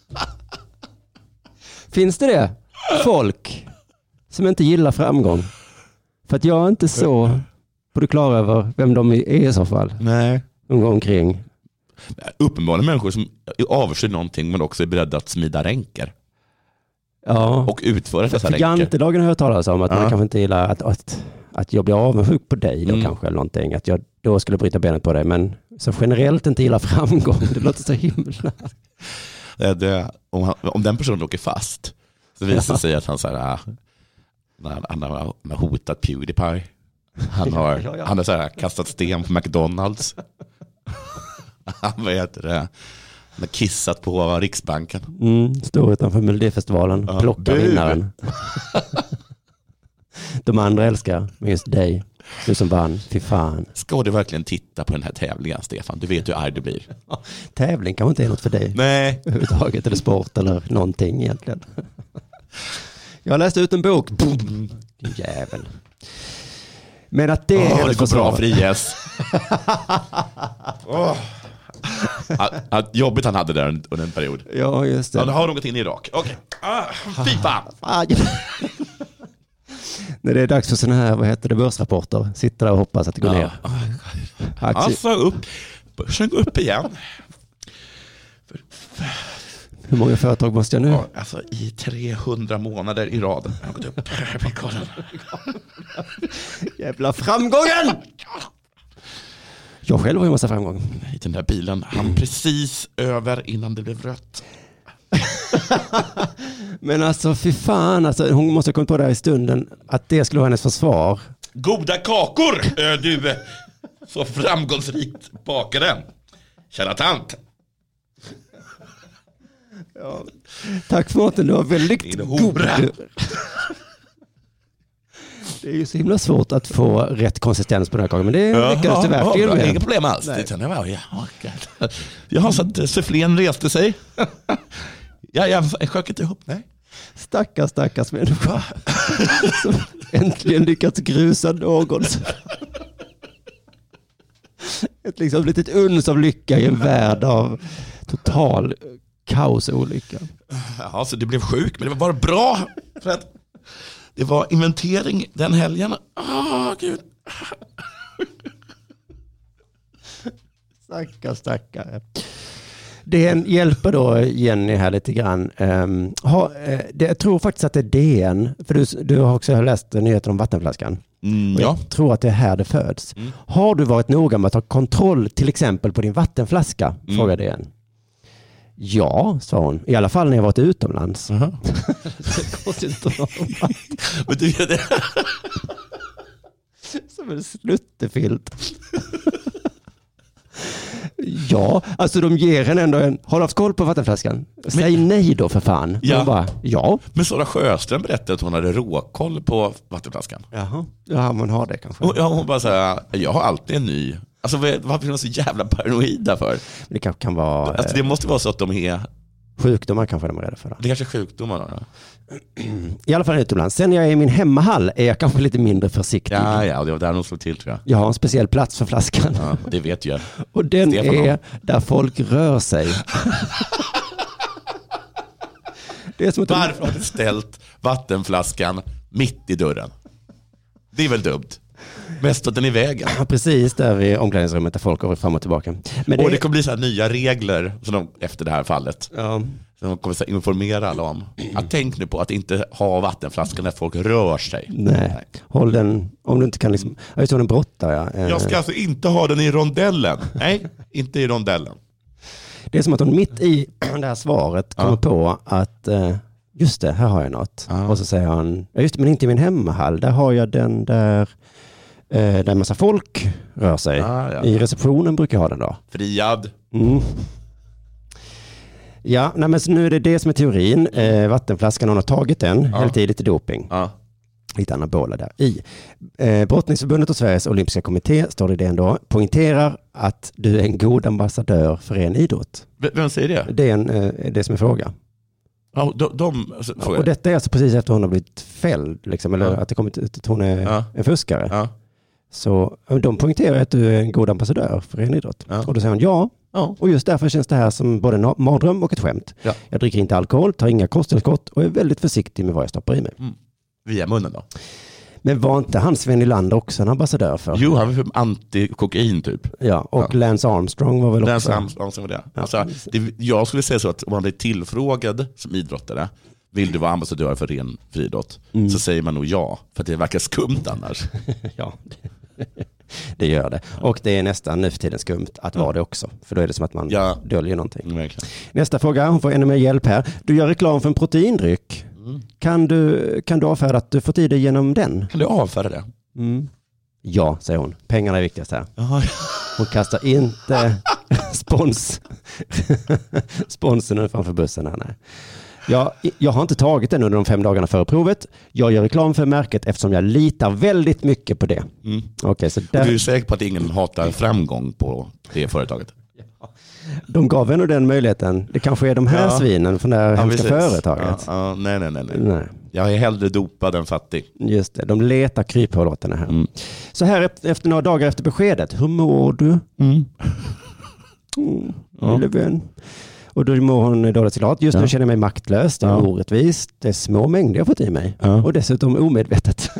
Finns det folk som inte gillar framgång? För att jag är inte så på det klara över vem de är i så fall. Nej. De går omkring. Uppenbarligen människor som avskyr någonting men också är beredda att smida ränker. Ja. Och utföra dessa ränker. Jantedagen har jag hört talas om att man kanske inte gillar att jag blir avundsjuk på dig då kanske eller någonting. Att jag då skulle bryta benet på dig. Men så generellt inte gillar framgång. Det låter så himla. Om den personen åker fast så visar det sig att han han har hotat PewDiePie. Han har så här kastat sten på McDonalds. Han har kissat på Riksbanken. Står utanför Melodifestivalen. Plockar vinnaren. De andra älskar, men just dig. Du som vann, fy fan. Ska du verkligen titta på den här tävlingen, Stefan? Du vet hur arg du blir. Tävling kanske inte är något för dig. Nej. Överhuvudtaget, eller sport eller någonting egentligen. Jag har läst ut en bok. Boom. Jävel. Men att det är det går bra för IS. Jobbigt han hade där under en period. Ja, just det. Han har gått in i Irak. Okej. Fy fan. När det är dags för såna här, börsrapporter. Sitter där och hoppas att det går ner. Alltså börsen går upp igen. Hur många företag måste jag nu? Alltså i 300 månader i rad. Jag har gått upp. Jävla framgången! Jag själv har ju massa framgång. I den där bilen. Han precis över innan det blev rött. Men alltså fy fan, alltså, hon måste ha kommit på det här i stunden att det skulle vara hennes försvar. Goda kakor, du så framgångsrikt bakade. Kära tant. Ja. Tack för maten, du var väldigt god. Det är ju så himla svårt att få rätt konsistens på den här kakan, men det lyckades det verkligen med. Inga problem alls. Jag har så att sufflén reste sig. Jag sjönk inte ihop, nej. Stackars människa som äntligen lyckats grusa någon. Ett liksom litet uns av lycka i en värld av total kaos och olycka. Ja, så det blev sjuk, men det var bara bra för att det var inventering den helgen. Gud. Stackare. Det hjälper då Jenny här lite grann. Jag tror faktiskt att det är DN, för du har också läst nyheter om vattenflaskan. Jag tror att det är här det föds. Har du varit noga med att ha kontroll till exempel på din vattenflaska? Frågade DN. Ja, sa hon. I alla fall när jag varit utomlands. Det är konstigt att ha men du gör det. Som en sluttefilt. Ja, alltså de ger henne ändå har du haft koll på vattenflaskan? Säg nej då för fan. Ja. Bara, ja. Men Sara Sjöström berättade att hon hade råkoll på vattenflaskan. Jaha. Ja, man har det kanske. Hon bara säger, jag har alltid en ny. Alltså varför är de så jävla paranoida för? Det kan vara... Alltså, det måste vara så att de är... Sjukdomar kanske de är rädda för. Då. Det kanske är sjukdomar då. I alla fall utomlands. Sen när jag är i min hemmahall är jag kanske lite mindre försiktig. Ja, det var där de slog till tror jag. Jag har en speciell plats för flaskan. Ja, det vet jag. Och den är där folk rör sig. Det är som att varför har du ställt vattenflaskan mitt i dörren? Det är väl dumt. Mest att den är i vägen. Ja, precis där vid omklädningsrummet där folk går fram och tillbaka. Men det kommer bli så här nya regler efter det här fallet. Ja. Så de kommer så informera alla om. Att tänk nu på att inte ha vattenflaskan när folk rör sig. Nej. Håll den, om du inte kan liksom... Jag just en brottare. Jag ska alltså inte ha den i rondellen. Nej, inte i rondellen. Det är som att hon mitt i det här svaret kommer på att just det, här har jag något. Och så säger han, just det, men inte i min hemmahall. Där har jag den där en massa folk rör sig. I receptionen brukar jag ha den då. Friad. Ja, nej, men så nu är det som är teorin. Vattenflaskan, hon har tagit den. Helt i lite doping. Lite anabola där i. Brottningsförbundet och Sveriges olympiska kommitté, står det ändå, poängterar att du är en god ambassadör för en idrott. Vem säger det? Det är det som är fråga. Ja, och detta är alltså precis efter hon har blivit fälld, liksom, eller att det kommit ut att hon är en fuskare. Så de poängterar att du är en god ambassadör för en idrott. Och då säger han ja. Och just därför känns det här som både en mardröm och ett skämt. Jag dricker inte alkohol, tar inga kosttillskott och är väldigt försiktig med vad jag stoppar i mig. Via munnen då? Men var inte han Sven Nylander också en ambassadör för? Jo, han var för anti-kokain typ. Ja, och Lance Armstrong var väl också... Lance Armstrong var det. Alltså, jag skulle säga så att om man blir tillfrågad som idrottare, vill du vara ambassadör för ren friidrott? Så säger man nog ja, för att det verkar skumt annars. Ja, det gör det. Och det är nästan nu för tiden skumt att vara det också. För då är det som att man döljer någonting. Verkligen. Nästa fråga, hon får ännu mer hjälp här. Du gör reklam för en proteindryck. Kan du avfärda att du får i dig genom den? Kan du avfärda det? Ja, säger hon. Pengarna är viktigast här. Hon kastar inte sponsen framför bussen här. Nej. Jag har inte tagit den under de 5 dagarna före provet. Jag gör reklam för märket eftersom jag litar väldigt mycket på det. Okay, så där... Du är säker på att ingen hatar framgång på det företaget? De gav ändå den möjligheten. Det kanske är de här svinen från det här hemska företaget. Nej. Jag är hellre dopad än fattig. Just det, de letar kryphål åt den här. Så här efter några dagar efter beskedet. Hur mår du? Lille vän. Och då mår hon dåligt citat. Just nu känner jag mig maktlös. Det är orättvist. Det är små mängder jag fått i mig. Och dessutom omedvetet.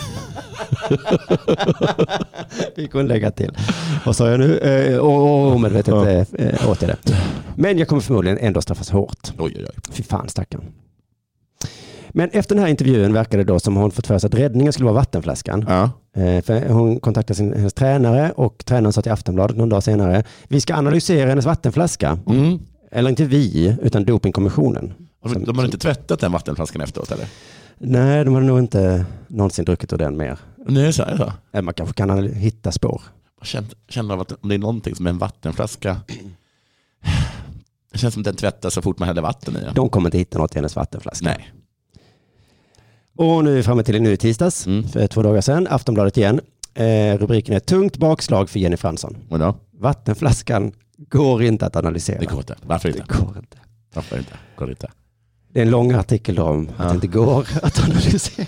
Vi kunde lägga till. Vad sa jag nu? Omedvetet åtgärder. Men jag kommer förmodligen ändå straffas hårt. Oj. Fy fan, stackarn. Men efter den här intervjun verkade det då som hon fått för sig att räddningen skulle vara vattenflaskan. För hon kontaktade hennes tränare och tränaren sa till Aftonbladet någon dag senare: vi ska analysera hennes vattenflaska. Eller inte vi, utan dopingkommissionen. De har inte tvättat den vattenflaskan efteråt, eller? Nej, de har nog inte någonsin druckit ur den mer. Nej, så är det så. Man kanske kan hitta spår. Jag känner att om det är någonting som är en vattenflaska, det känns som att den tvättas så fort man häller vatten i den. De kommer inte hitta något i hennes vattenflaska. Nej. Och nu är vi framme till nu i tisdags, för 2 dagar sedan. Aftonbladet igen. Rubriken är tungt bakslag för Jenny Fransson. Och då? Vattenflaskan går inte att analysera. Det går inte. Varför inte? Det går inte. Varför inte? Går inte. Det är en lång artikel om att det inte går att analysera.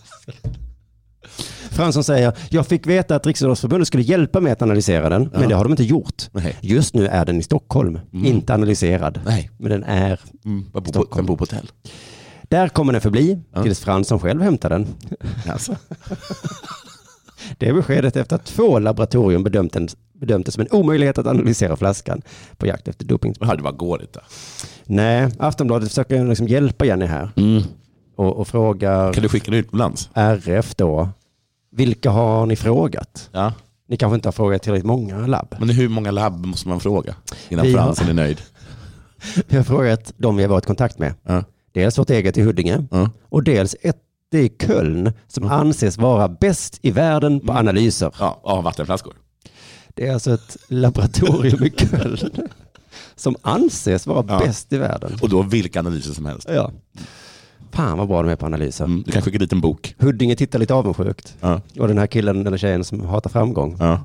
Fransson säger, jag fick veta att Riksidrottsförbundet skulle hjälpa mig att analysera den, men det har de inte gjort. Nej. Just nu är den i Stockholm, inte analyserad. Nej. Men den är i Stockholm. Den bor på hotell. Där kommer den förbli tills Fransson själv hämtar den. Alltså. Det är beskedet efter att 2 laboratorium bedömt det som en omöjlighet att analysera flaskan på jakt efter doping. Men det var går inte. Nej, Aftonbladet försöker liksom hjälpa Jenny här. Och frågar... Kan du skicka den utomlands? RF då. Vilka har ni frågat? Ja. Ni kanske inte har frågat tillräckligt många labb. Men hur många labb måste man fråga innan Fransson är nöjd? Vi har frågat de vi har varit i kontakt med. Ja. Dels vårt eget i Huddinge och dels ett i Köln som anses vara bäst i världen på analyser. Ja, av vattenflaskor. Det är alltså ett laboratorium i Köln som anses vara bäst i världen. Och då vilka analyser som helst. Ja. Fan vad bra de är på analyser. Du kan skicka dit en bok. Huddinge tittar lite avundsjukt. Ja. Och den här killen eller tjejen som hatar framgång. Ja.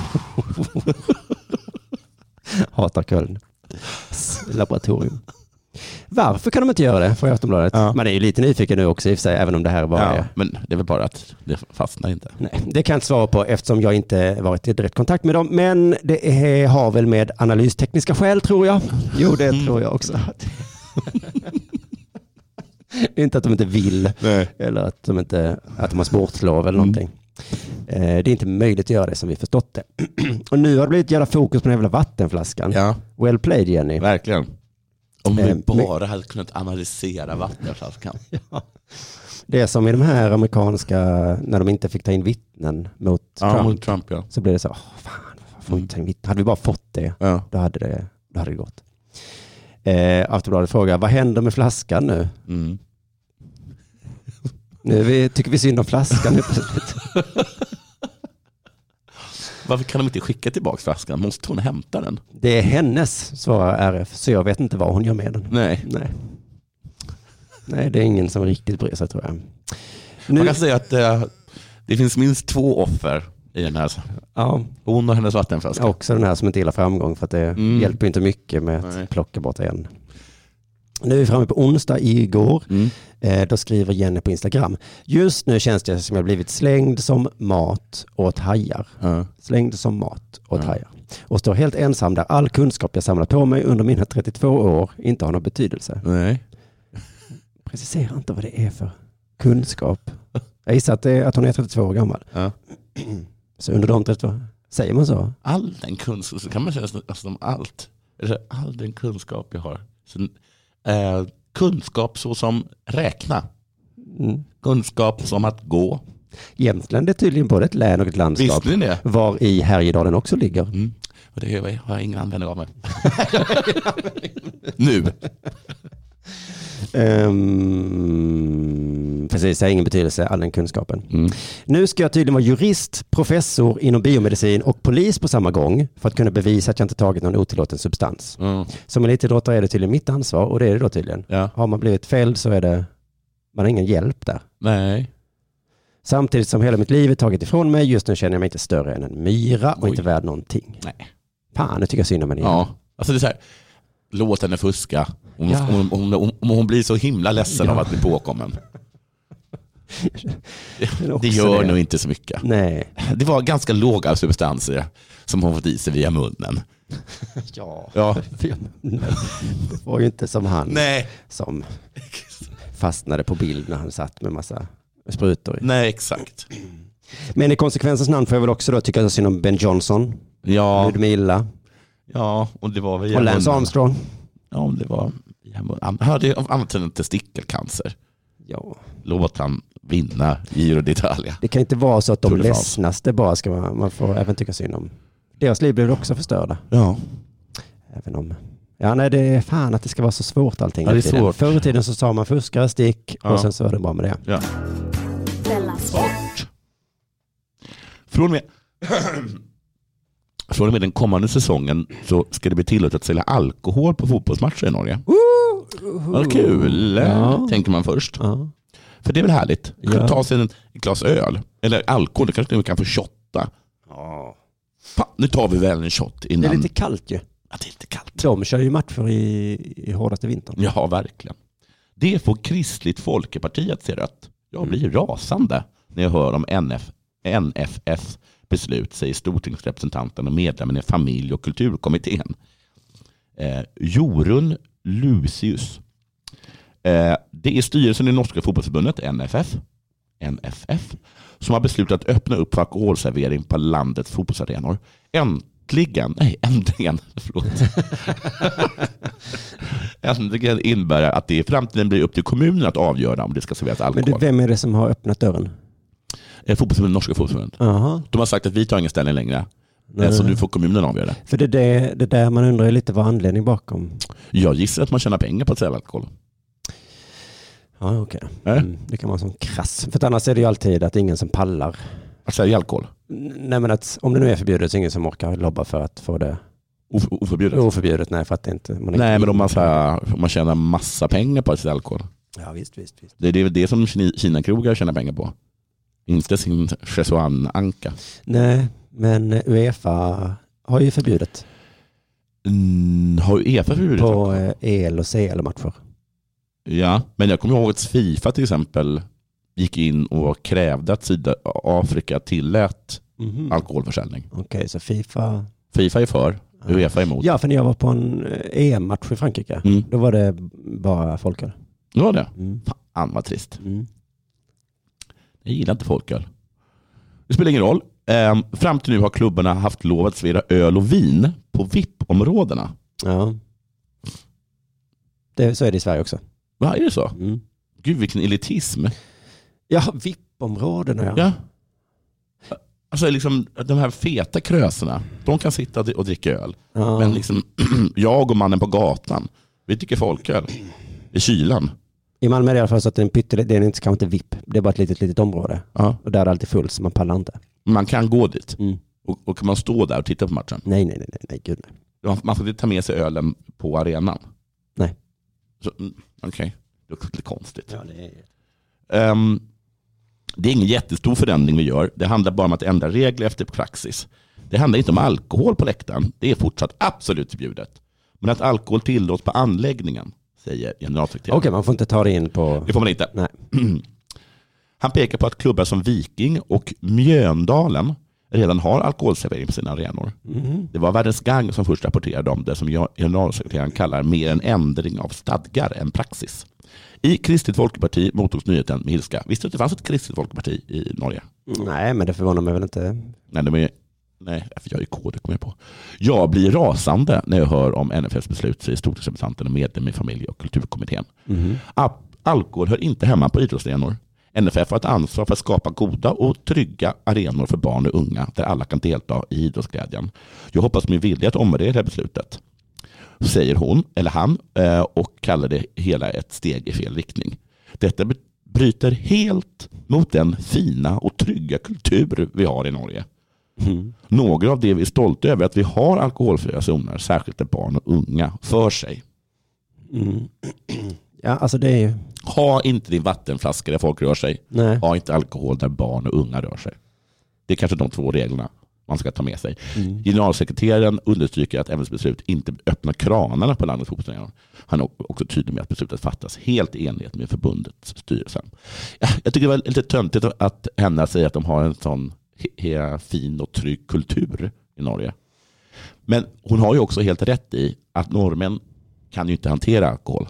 Hatar Köln. Laboratorium. Varför kan de inte göra det? Får jag Aftonbladet? Ja. Man är ju lite nyfiken nu också i och för sig, även om det här bara är... Men det är väl bara att det fastnar inte. Nej, det kan jag inte svara på eftersom jag inte varit i direkt kontakt med dem. Men det har väl med analystekniska skäl, tror jag. Jo, det tror jag också. Inte att de inte vill. Nej. Eller att de har sportlov eller någonting. Det är inte möjligt att göra det som vi förstått det. Och nu har det blivit jävla fokus på den jävla vattenflaskan. Ja. Well played, Jenny. Verkligen. Om vi bara hade kunnat analysera vattenflaskan. Ja. Det är som i de här amerikanska, när de inte fick ta in vittnen mot Trump. Ja. Så blev det så, får inte ta in vittnen. Hade vi bara fått det, då hade det gått. Aftonbladet frågar, vad händer med flaskan nu? Nu tycker vi synd om flaskan. Varför kan de inte skicka tillbaka flaskan? Måste hon hämta den? Det är hennes, svarar RF. Så jag vet inte vad hon gör med den. Nej, det är ingen som riktigt bryr sig, tror jag. Man kan säga att det finns minst 2 offer i den här. Ja. Hon och hennes vattenflaska. Också den här som inte gillar framgång, för att det hjälper inte mycket med att plocka bort en. Nu är vi framme på onsdag igår. Då skriver Jenny på Instagram. Just nu känns det som jag blivit slängd som mat åt hajar. Slängd som mat åt hajar. Och står helt ensam där all kunskap jag samlat på mig under mina 32 år inte har någon betydelse. Nej. Precisera inte vad det är för kunskap. Jag gissar att hon är 32 år gammal. Ja. Så under de 32, säger man så? All den kunskap, så kan man säga om allt. All den kunskap jag har. Så, kunskap så som räkna. Kunskap som att gå. Jämtland är tydligen både ett län och ett landskap. Visst det? Var i Härjedalen också ligger. Och det har jag ingen användning av mig. Nu. Precis, det har ingen betydelse, all den kunskapen. Nu ska jag tydligen vara jurist, professor inom biomedicin och polis på samma gång för att kunna bevisa att jag inte tagit någon otillåten substans. Som elitidrottare är det tydligen mitt ansvar, och det är det då tydligen. Ja. Har man blivit fälld så är det, man har ingen hjälp där. Nej. Samtidigt som hela mitt liv är tagit ifrån mig, just nu känner jag mig inte större än en myra och inte värd någonting. Nej. Fan, nu tycker jag synd om henne. Ja, alltså det är så här, låt henne fuska. Om hon blir så himla ledsen av att bli påkommen. Det gör nog inte så mycket. Nej. Det var ganska låga substanser som hon fått i sig via munnen. Ja. Det var ju inte som han som fastnade på bild när han satt med massa sprutor. Nej, exakt. Men i konsekvensens namn får jag väl också då tycka synd om Ben Johnson. Ja. Ludmilla. Ja, och det var väl... Och Lance Armstrong. Ja, det var... Han hade använt testikelcancer. Ja. Låt han vinna Giro d'Italia. Det kan inte vara så att de ledsnaste bara ska man får även tycka synd om. Deras liv blev också förstörda. Ja. Även om... Ja, nej, det är fan att det ska vara så svårt allting. Ja, det är svårt. Förr i tiden så sa man fuska, stick och sen så var det bra med det. Ja. Sport. Från och med den kommande säsongen så ska det bli tillåtet att sälja alkohol på fotbollsmatcher i Norge. Vad kul, tänker man först. För det är väl härligt. Du kan ta sig en glas öl. Eller alkohol, det kanske du kan få shotta. Ja. Nu tar vi väl en shot innan. Det är lite kallt ju. Ja, det är lite kallt. De kör ju matcher i hårdaste vintern. Ja, verkligen. Det får Kristligt Folkeparti att se rött. Jag blir rasande när jag hör om NFS beslut, säger stortingsrepresentanten och medlemmen i familj- och kulturkommittén. Jorun Lucius. Det är styrelsen i Norska fotbollsförbundet, NFF, som har beslutat att öppna upp för alkoholservering på landets fotbollsarenor. Äntligen innebär att det i framtiden blir upp till kommunen att avgöra om det ska serveras alkohol. Men vem är det som har öppnat dörren? Norska fotbollsförbundet. De har sagt att vi tar ingen ställning längre. Så nu får kommunen avgöra det. För det där man undrar lite vad anledning bakom. Jag gissar att man tjänar pengar på att sälja alkohol. Ja, okej. Det kan vara sån krass. För annars är det ju alltid att ingen som pallar. Att sälja alkohol? Nej, men att om det nu är förbjudet så är ingen som orkar lobba för att få det oförbjudet. Oförbjudet, nej, för att det inte... Nej, men om man tjänar massa pengar på att sälja alkohol. Ja, visst. Det är det som Kina-krogar tjänar pengar på. Inte sin Chesuan-anka. Nej, men UEFA har ju förbjudet. Har UEFA förbjudet? På EL och CL-matcher. Ja, men jag kommer ihåg att FIFA till exempel gick in och krävde att Sydafrika tillät alkoholförsäljning. Okej, så FIFA är för, UEFA är emot. Ja, för när jag var på en EM-match i Frankrike, då var det bara folköl. Det var det? Fan vad trist. Jag gillar inte folköl. Det spelar ingen roll. Fram till nu har klubbarna haft lov att servera öl och vin på VIP-områdena. Ja. Så är det i Sverige också. Va, är det så? Gud, vilken elitism. Ja, VIP-områdena, ja. Alltså liksom de här feta kröserna, de kan sitta och dricka öl. Ja. Men liksom jag och mannen på gatan, vi tycker folköl i kylan. I Malmö är det i alla fall så att det är kanske inte VIP. Det är bara ett litet område. Ja. Och där är det alltid fullt så man pallar inte. Man kan gå dit. Och kan man stå där och titta på matchen? Nej, gud nej. Man får inte ta med sig ölen på arenan? Nej. Okej. Det är lite konstigt. Ja, det är... Det är ingen jättestor förändring vi gör. Det handlar bara om att ändra regler efter praxis. Det handlar inte om alkohol på läktaren. Det är fortsatt absolut förbjudet. Men att alkohol tillåts på anläggningen, säger generalsekreteraren. Okej, man får inte ta det in på... Det får man inte. Nej. Han pekar på att klubbar som Viking och Mjöndalen redan har alkoholservering på sina arenor. Det var Världens Gang som först rapporterade om det som generalsekreteraren kallar mer en ändring av stadgar än praxis. I Kristligt Folkeparti mottogs nyheten med ilska. Visste du att det fanns ett Kristligt Folkeparti i Norge? Nej, men det förvånar mig väl inte. Nej, för jag är kod, kommer jag på. Jag blir rasande när jag hör om NFS beslut, säger stortingsrepresentanten och medlem i familj- och kulturkommittén. Alkohol hör inte hemma på idrottsarenor. NFF har ett ansvar för att skapa goda och trygga arenor för barn och unga där alla kan delta i idrottsglädjen. Jag hoppas med vilja att omvärdera beslutet, säger hon eller han, och kallar det hela ett steg i fel riktning. Detta bryter helt mot den fina och trygga kultur vi har i Norge. Några av det vi är stolta över att vi har alkoholfria zoner, särskilt där barn och unga för sig. Ja, alltså det är ju... Ha inte din vattenflaska där folk rör sig. Nej. Ha inte alkohol där barn och unga rör sig. Det är kanske de 2 reglerna man ska ta med sig. Generalsekreteraren understryker att MFs beslut inte öppnar kranarna på landets fotbollsarenor. Han är också tydlig med att beslutet fattas helt i enlighet med förbundets styrelse. Jag tycker det var lite töntigt att henne säger att de har en sån fin och trygg kultur i Norge. Men hon har ju också helt rätt i att norrmän kan ju inte hantera alkohol.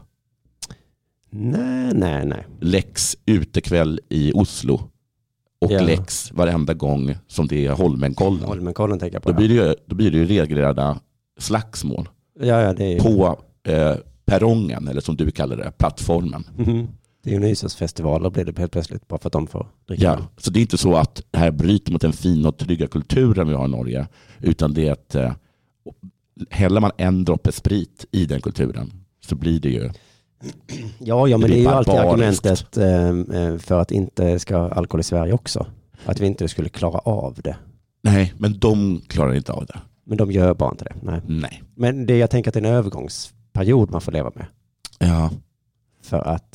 Nej. Lex utekväll i Oslo och lex varenda gång som det är Holmenkollen. Holmenkollen tänker jag på. Då blir det ju regelrätta slagsmål. Ja, det är ju... På perrongen, eller som du kallar det, plattformen. Det är ju en isosfestival och blir det helt plötsligt bara för att de får dricka. Ja, så det är inte så att det här bryter mot den fina och trygga kulturen vi har i Norge, utan det är att häller man en droppe sprit i den kulturen så blir det ju... Ja, men det är ju alltid argumentet för att inte ska alkohol i Sverige också. Att vi inte skulle klara av det. Nej, men de klarar inte av det. Men de gör bara inte det. Nej. Men jag tänker att det är en övergångsperiod man får leva med. Ja. För att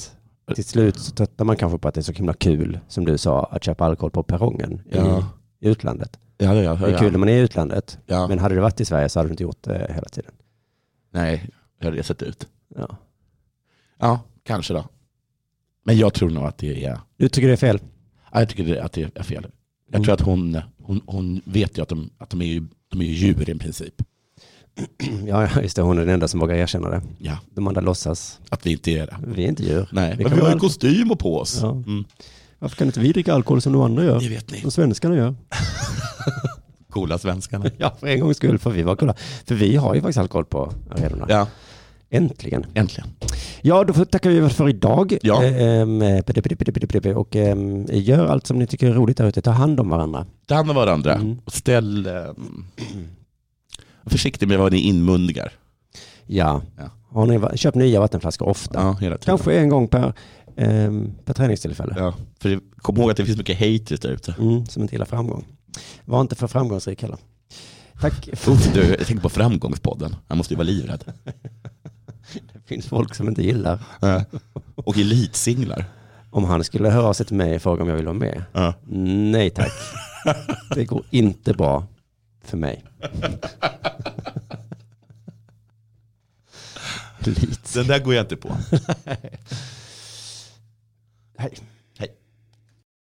till slut så tröttar man kanske på att det är så himla kul, som du sa, att köpa alkohol på perrongen i utlandet. Ja. Det är kul när man är i utlandet. Ja. Men hade du varit i Sverige så hade du inte gjort det hela tiden. Nej, hur hade det sett ut? Ja, kanske då. Men jag tror nog att det är... Du tycker det är fel? Ja, jag tycker att det är fel. Jag tror att hon vet ju att de är djur i princip. Ja, just det. Hon är den enda som vågar erkänna det. Ja. De andra låtsas. Att vi inte är det. Vi är inte djur. Nej, men vi har en kostym på oss. Ja. Varför kan inte vi dricka alkohol som de andra gör? Det vet ni. Som svenskarna gör. Coola svenskarna. Ja, för en gångs skull får vi vara coola. För vi har ju faktiskt alkohol på arenorna. Ja. Äntligen. Ja, då tackar vi för idag. Ja. Och gör allt som ni tycker är roligt där ute. Ta hand om varandra. Och ställ... försiktig med vad ni inmundigar. Ja. Köp nya vattenflaskor ofta. Ja, hela tiden. Kanske en gång per träningstillfälle. Ja, för kom ihåg att det finns mycket haters där ute. Som inte gillar framgång. Var inte för framgångsrik heller. Tack. Jag tänker på framgångspodden. Han måste ju vara livrädd. Det finns folk som inte gillar. Och elitsinglar. Om han skulle höra av sig till mig och fråga om jag vill vara med. Nej tack. Det går inte bra för mig. Den där går jag inte på.